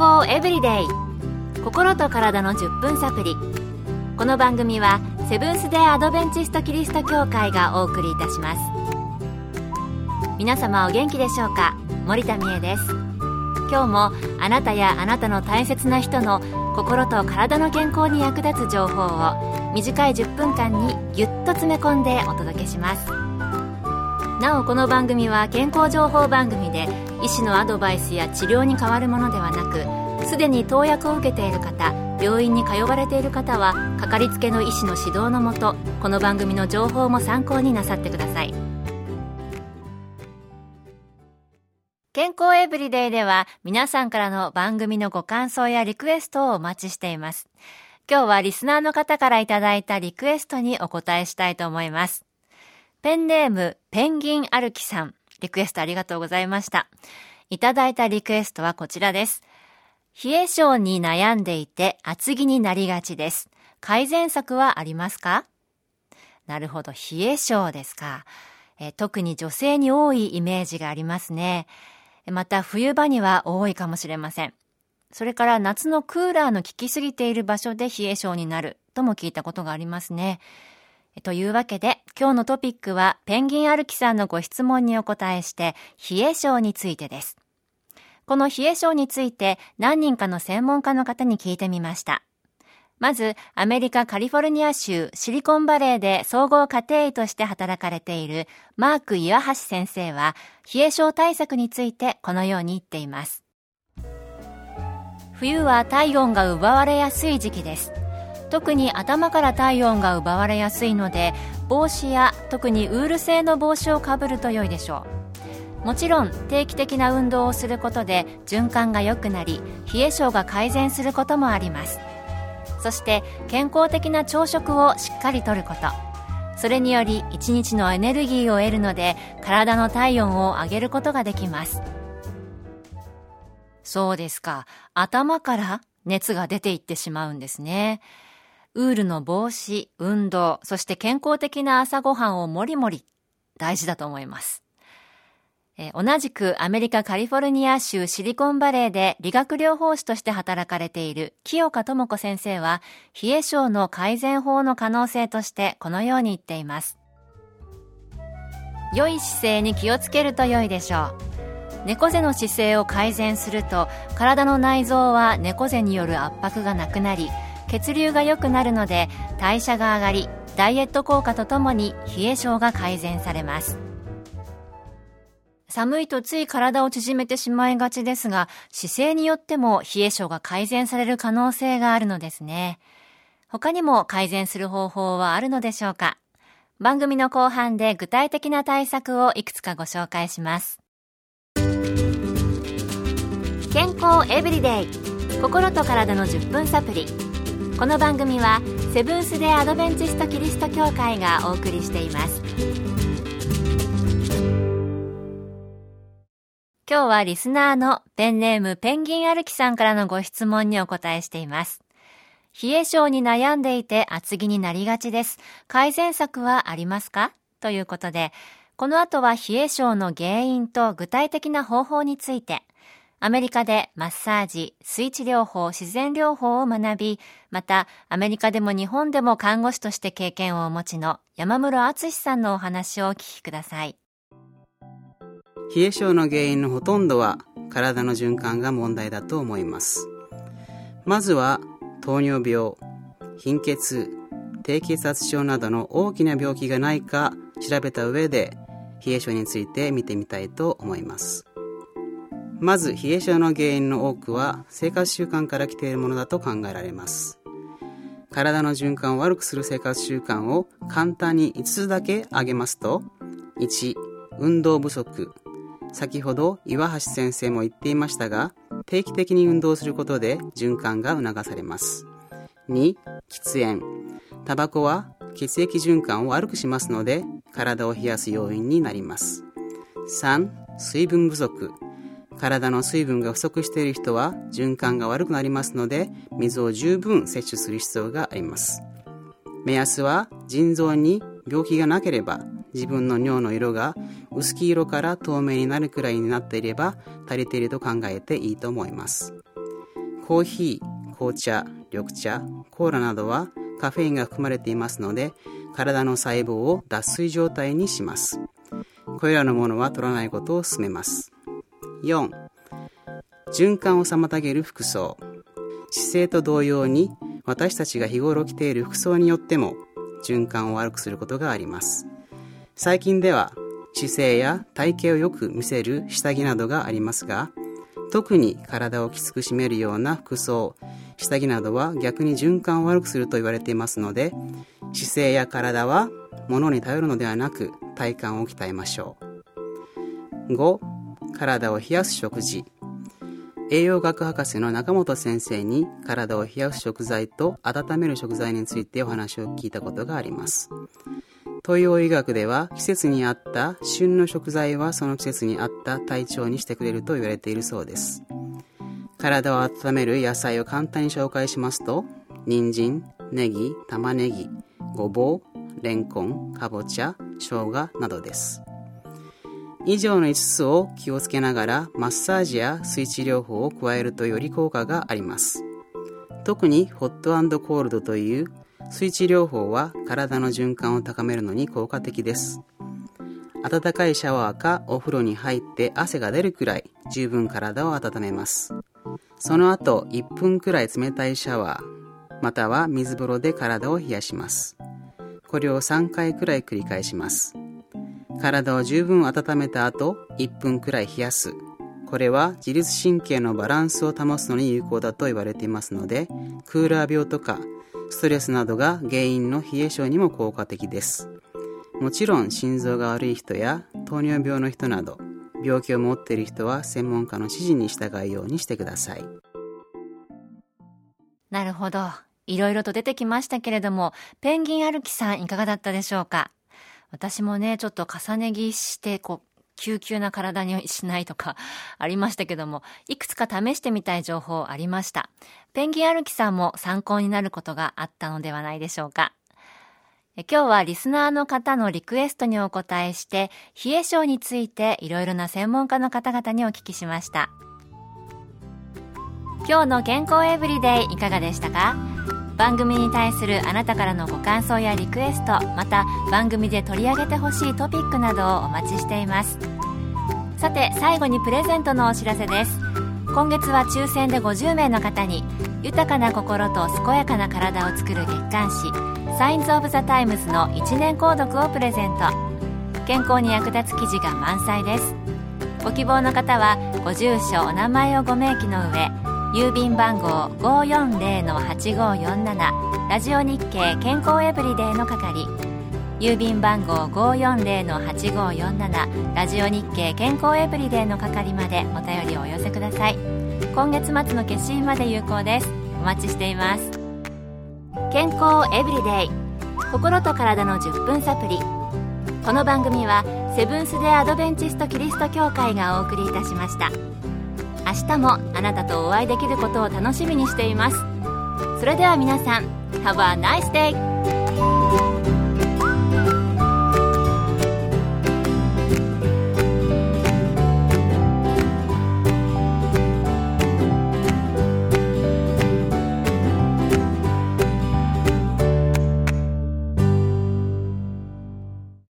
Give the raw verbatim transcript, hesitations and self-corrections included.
康エブリデイ、心と体のじゅっぷんサプリ。この番組はセブンス・デー・アドベンチスト・キリスト教会がお送りいたします。皆様お元気でしょうか。森田美恵です。今日もあなたやあなたの大切な人の心と体の健康に役立つ情報を短いじゅっぷんかんにぎゅっと詰め込んでお届けします。なおこの番組は健康情報番組で医師のアドバイスや治療に代わるものではなく、すでに投薬を受けている方、病院に通われている方はかかりつけの医師の指導のもと、この番組の情報も参考になさってください。健康エブリデイでは皆さんからの番組のご感想やリクエストをお待ちしています。今日はリスナーの方からいただいたリクエストにお答えしたいと思います。ペンネームペンギン歩きさん、リクエストありがとうございました。いただいたリクエストはこちらです。冷え性に悩んでいて厚着になりがちです。改善策はありますか？なるほど、冷え性ですか。え特に女性に多いイメージがありますね。また冬場には多いかもしれません。それから夏のクーラーの効きすぎている場所で冷え性になるとも聞いたことがありますね。というわけで今日のトピックはペンギン歩きさんのご質問にお答えして冷え性についてです。この冷え性について何人かの専門家の方に聞いてみました。まずアメリカカリフォルニア州シリコンバレーで総合家庭医として働かれているマーク岩橋先生は冷え性対策についてこのように言っています。冬は体温が奪われやすい時期です。特に頭から体温が奪われやすいので、帽子や特にウール製の帽子をかぶると良いでしょう。もちろん定期的な運動をすることで循環が良くなり、冷え性が改善することもあります。そして健康的な朝食をしっかりとること、それにより一日のエネルギーを得るので体の体温を上げることができます。そうですか、頭から熱が出ていってしまうんですね。ウールの帽子、運動、そして健康的な朝ごはんをもりもり大事だと思います。えー、同じくアメリカカリフォルニア州シリコンバレーで理学療法士として働かれている清香智子先生は、冷え性の改善法の可能性としてこのように言っています。良い姿勢に気をつけると良いでしょう。猫背の姿勢を改善すると、体の内臓は猫背による圧迫がなくなり、血流が良くなるので代謝が上がり、ダイエット効果とともに冷え性が改善されます。寒いとつい体を縮めてしまいがちですが、姿勢によっても冷え性が改善される可能性があるのですね。他にも改善する方法はあるのでしょうか。番組の後半で具体的な対策をいくつかご紹介します。健康エブリデイ、心と体のじゅっぷんサプリ。この番組はセブンス・デー・アドベンチスト・キリスト教会がお送りしています。今日はリスナーのペンネームペンギン歩きさんからのご質問にお答えしています。冷え性に悩んでいて厚着になりがちです。改善策はありますか？ということで、この後は冷え性の原因と具体的な方法について、アメリカでマッサージ、水地療法、自然療法を学び、またアメリカでも日本でも看護師として経験をお持ちの山室敦さんのお話をお聞きください。 冷え性の原因のほとんどは体の循環が問題だと思います。まずは糖尿病、貧血、低血圧症などの大きな病気がないか調べた上で冷え性について見てみたいと思います。まず冷え性の原因の多くは生活習慣から来ているものだと考えられます。体の循環を悪くする生活習慣を簡単にいつつだけ挙げますと、いち、運動不足。先ほど岩橋先生も言っていましたが、定期的に運動することで循環が促されます。に、喫煙。タバコは血液循環を悪くしますので体を冷やす要因になります。さん、水分不足。体の水分が不足している人は循環が悪くなりますので、水を十分摂取する必要があります。目安は腎臓に病気がなければ、自分の尿の色が薄黄色から透明になるくらいになっていれば足りていると考えていいと思います。 コーヒー、紅茶、緑茶、コーラなどはカフェインが含まれていますので、体の細胞を脱水状態にします。これらのものは取らないことを勧めます。よん、循環を妨げる服装。姿勢と同様に、私たちが日頃着ている服装によっても循環を悪くすることがあります。最近では姿勢や体型をよく見せる下着などがありますが、特に体をきつく締めるような服装、下着などは逆に循環を悪くすると言われていますので、姿勢や体は物に頼るのではなく体幹を鍛えましょう。ご、体を冷やす食事。栄養学博士の中本先生に体を冷やす食材と温める食材についてお話を聞いたことがあります。東洋医学では季節に合った旬の食材はその季節に合った体調にしてくれると言われているそうです。体を温める野菜を簡単に紹介しますと、人参、ネギ、玉ねぎ、ごぼう、レンコン、かぼちゃ、生姜などです。以上のいつつを気をつけながらマッサージや水治療法を加えるとより効果があります。特にホット&コールドという水治療法は体の循環を高めるのに効果的です。温かいシャワーかお風呂に入って汗が出るくらい十分体を温めます。その後いっぷんくらい冷たいシャワーまたは水風呂で体を冷やします。これをさんかいくらい繰り返します。体を十分温めた後いっぷんくらい冷やす。これは自律神経のバランスを保つのに有効だと言われていますので、クーラー病とかストレスなどが原因の冷え性にも効果的です。もちろん心臓が悪い人や糖尿病の人など病気を持っている人は専門家の指示に従うようにしてください。 なるほど。いろいろと出てきましたけれども、ペンギン歩きさんいかがだったでしょうか。私もね、ちょっと重ね着してこう急急な体にしないとかありましたけども、いくつか試してみたい情報ありました。ペンギン歩きさんも参考になることがあったのではないでしょうか。え今日はリスナーの方のリクエストにお答えして、冷え性についていろいろな専門家の方々にお聞きしました。今日の健康エブリデイいかがでしたか。番組に対するあなたからのご感想やリクエスト、また番組で取り上げてほしいトピックなどをお待ちしています。さて最後にプレゼントのお知らせです。今月は抽選でごじゅうめいの方に豊かな心と健やかな体を作る月刊誌サインズ・オブ・ザ・タイムズのいちねん購読をプレゼント。健康に役立つ記事が満載です。ご希望の方はご住所お名前をご明記の上、郵便番号 ごーよんぜろのはちごーよんなな ラジオ日経健康エブリデイの係、郵便番号 ごーよんぜろのはちごーよんなな ラジオ日経健康エブリデイの係までお便りをお寄せください。今月末の消印まで有効です。お待ちしています。健康エブリデイ、心と体のじゅっぷんサプリ。この番組はセブンス・デ・アドベンチスト・キリスト教会がお送りいたしました。明日もあなたとお会いできることを楽しみにしています。それでは皆さん、Have a nice day!